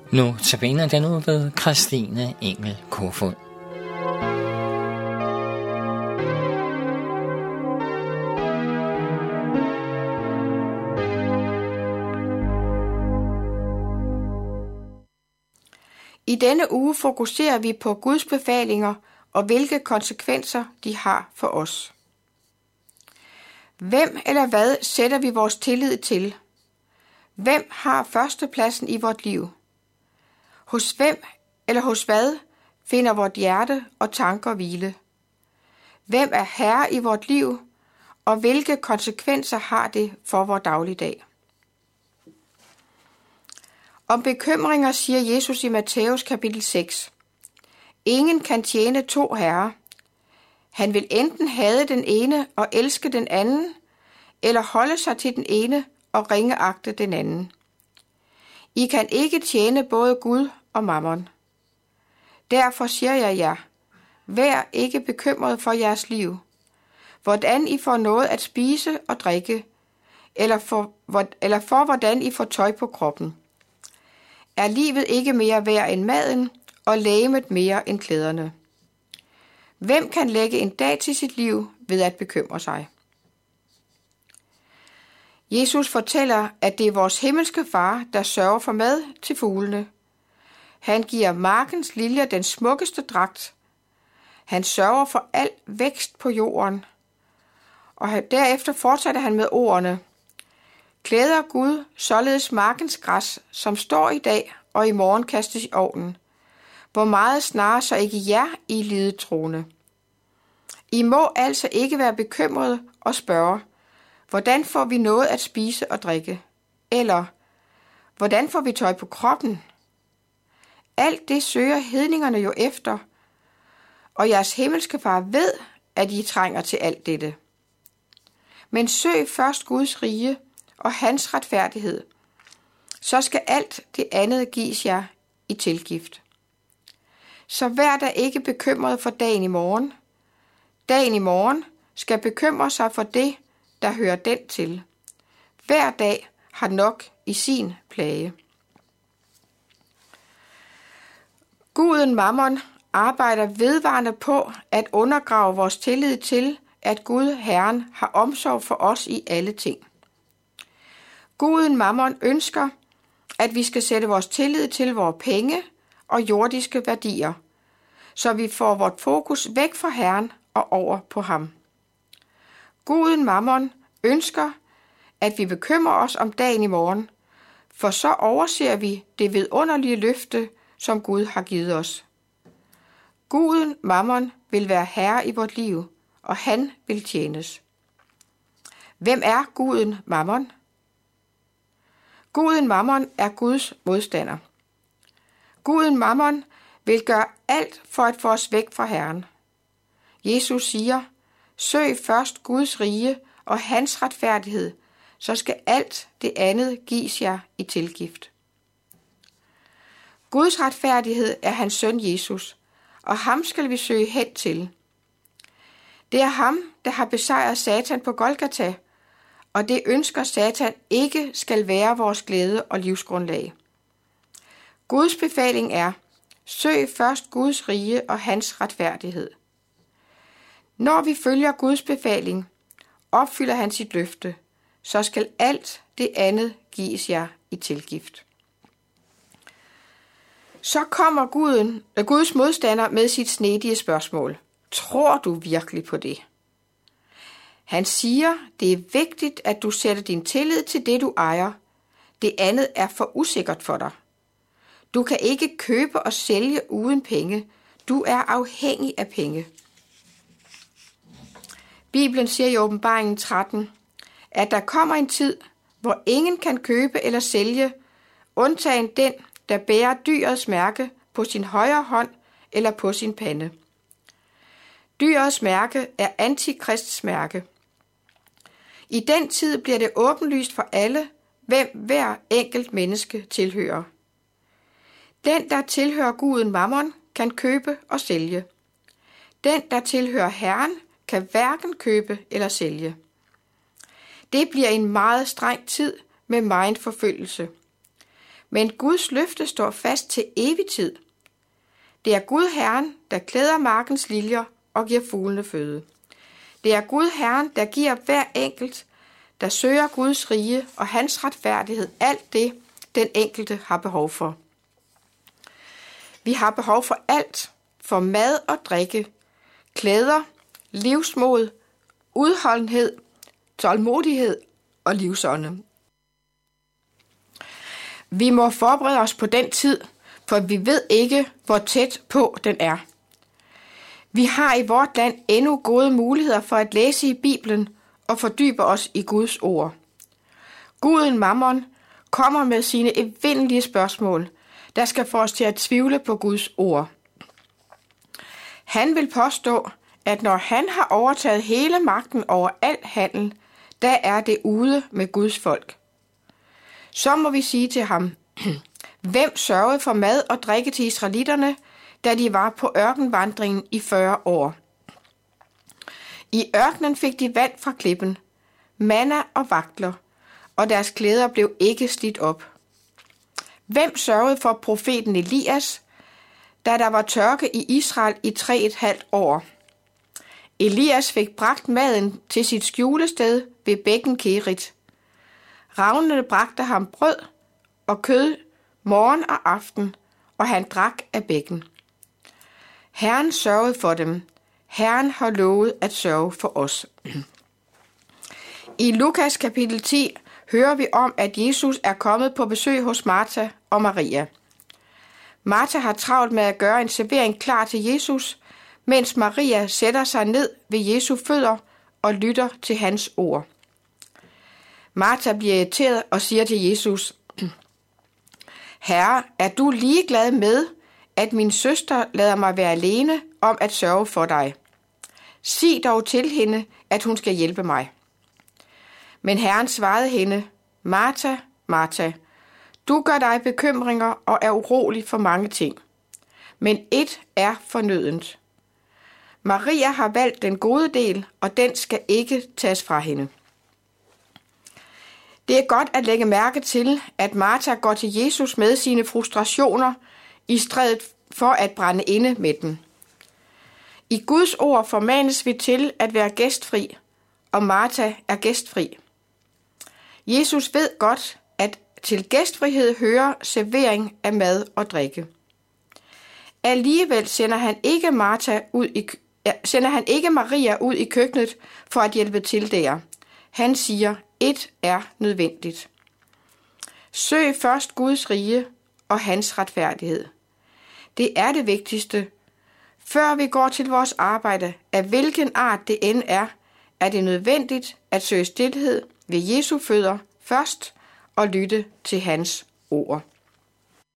Nu tabiner den ud ved Christine Engel Kofod. I denne uge fokuserer vi på Guds befalinger og hvilke konsekvenser de har for os. Hvem eller hvad sætter vi vores tillid til? Hvem har førstepladsen i vort liv? Hos hvem eller hos hvad finder vort hjerte og tanker hvile? Hvem er herre i vort liv, og hvilke konsekvenser har det for vor dagligdag? Om bekymringer siger Jesus i Matthæus kapitel 6. Ingen kan tjene to herrer. Han vil enten hade den ene og elske den anden, eller holde sig til den ene og ringeagte den anden. I kan ikke tjene både Gud og mammon. Derfor siger jeg jer, vær ikke bekymret for jeres liv, hvordan I får noget at spise og drikke, eller for hvordan I får tøj på kroppen. Er livet ikke mere værd end maden, og legemet mere end klæderne? Hvem kan lægge en dag til sit liv ved at bekymre sig? Jesus fortæller, at det er vores himmelske far, der sørger for mad til fuglene. Han giver markens liljer den smukkeste dragt. Han sørger for al vækst på jorden. Og derefter fortsætter han med ordene: klæder Gud således markens græs, som står i dag og i morgen kastes i ovnen. Hvor meget snarere så ikke jer, I lidetroende. I må altså ikke være bekymrede og spørge, hvordan får vi noget at spise og drikke? Eller, hvordan får vi tøj på kroppen? Alt det søger hedningerne jo efter, og jeres himmelske far ved, at I trænger til alt dette. Men søg først Guds rige og hans retfærdighed, så skal alt det andet gives jer i tilgift. Så vær da ikke bekymret for dagen i morgen. Dagen i morgen skal bekymre sig for det, der hører den til. Hver dag har nok i sin plage. Guden mammon arbejder vedvarende på at undergrave vores tillid til, at Gud Herren har omsorg for os i alle ting. Guden mammon ønsker, at vi skal sætte vores tillid til vores penge og jordiske værdier, så vi får vort fokus væk fra Herren og over på ham. Guden mammon ønsker, at vi bekymrer os om dagen i morgen, for så overser vi det vidunderlige løfte, som Gud har givet os. Guden mammon vil være herre i vort liv, og han vil tjenes. Hvem er guden mammon? Guden mammon er Guds modstander. Guden mammon vil gøre alt for at få os væk fra Herren. Jesus siger, søg først Guds rige og hans retfærdighed, så skal alt det andet gives jer i tilgift. Guds retfærdighed er hans søn Jesus, og ham skal vi søge hen til. Det er ham, der har besejret Satan på Golgata, og det ønsker Satan ikke skal være vores glæde og livsgrundlag. Guds befaling er, søg først Guds rige og hans retfærdighed. Når vi følger Guds befaling, opfylder han sit løfte, så skal alt det andet gives jer i tilgift. Så kommer Guds modstander med sit snedige spørgsmål. Tror du virkelig på det? Han siger, det er vigtigt, at du sætter din tillid til det, du ejer. Det andet er for usikkert for dig. Du kan ikke købe og sælge uden penge. Du er afhængig af penge. Bibelen siger i Åbenbaringen 13, at der kommer en tid, hvor ingen kan købe eller sælge, undtagen den, der bærer dyrets mærke på sin højre hånd eller på sin pande. Dyrets mærke er antikrists mærke. I den tid bliver det åbenlyst for alle, hvem hver enkelt menneske tilhører. Den, der tilhører guden mammon, kan købe og sælge. Den, der tilhører Herren, kan hverken købe eller sælge. Det bliver en meget streng tid med megen forfølgelse. Men Guds løfte står fast til evig tid. Det er Gud Herren, der klæder markens liljer og giver fuglene føde. Det er Gud Herren, der giver hver enkelt, der søger Guds rige og hans retfærdighed, alt det, den enkelte har behov for. Vi har behov for alt, for mad og drikke, klæder, livsmod, udholdenhed, tålmodighed og livsånde. Vi må forberede os på den tid, for vi ved ikke, hvor tæt på den er. Vi har i vort land endnu gode muligheder for at læse i Bibelen og fordybe os i Guds ord. Guden Mammon kommer med sine evindelige spørgsmål, der skal få os til at tvivle på Guds ord. Han vil påstå, at når han har overtaget hele magten over al handel, der er det ude med Guds folk. Så må vi sige til ham, hvem sørgede for mad og drikke til israelitterne, da de var på ørkenvandringen i 40 år? I ørkenen fik de vand fra klippen, manna og vakler, og deres klæder blev ikke slidt op. Hvem sørgede for profeten Elias, da der var tørke i Israel i 3,5 år? Elias fik bragt maden til sit skjulested ved bækken Kerit. Ravnene bragte ham brød og kød morgen og aften, og han drak af bækken. Herren sørgede for dem. Herren har lovet at sørge for os. I Lukas kapitel 10 hører vi om, at Jesus er kommet på besøg hos Martha og Maria. Martha har travlt med at gøre en servering klar til Jesus, mens Maria sætter sig ned ved Jesu fødder og lytter til hans ord. Martha bliver irriteret og siger til Jesus, Herre, er du ligeglad med, at min søster lader mig være alene om at sørge for dig? Sig dog til hende, at hun skal hjælpe mig. Men Herren svarede hende, Martha, Martha, du gør dig bekymringer og er urolig for mange ting. Men ét er fornødent. Maria har valgt den gode del, og den skal ikke tages fra hende. Det er godt at lægge mærke til, at Martha går til Jesus med sine frustrationer, i stedet for at brænde inde med den. I Guds ord formanes vi til at være gæstfri, og Martha er gæstfri. Jesus ved godt, at til gæstfrihed hører servering af mad og drikke. Alligevel sender han ikke Maria ud i køkkenet for at hjælpe til der. Han siger, ét er nødvendigt. Søg først Guds rige og hans retfærdighed. Det er det vigtigste. Før vi går til vores arbejde, af hvilken art det end er det nødvendigt at søge stilhed ved Jesu fødder først og lytte til hans ord.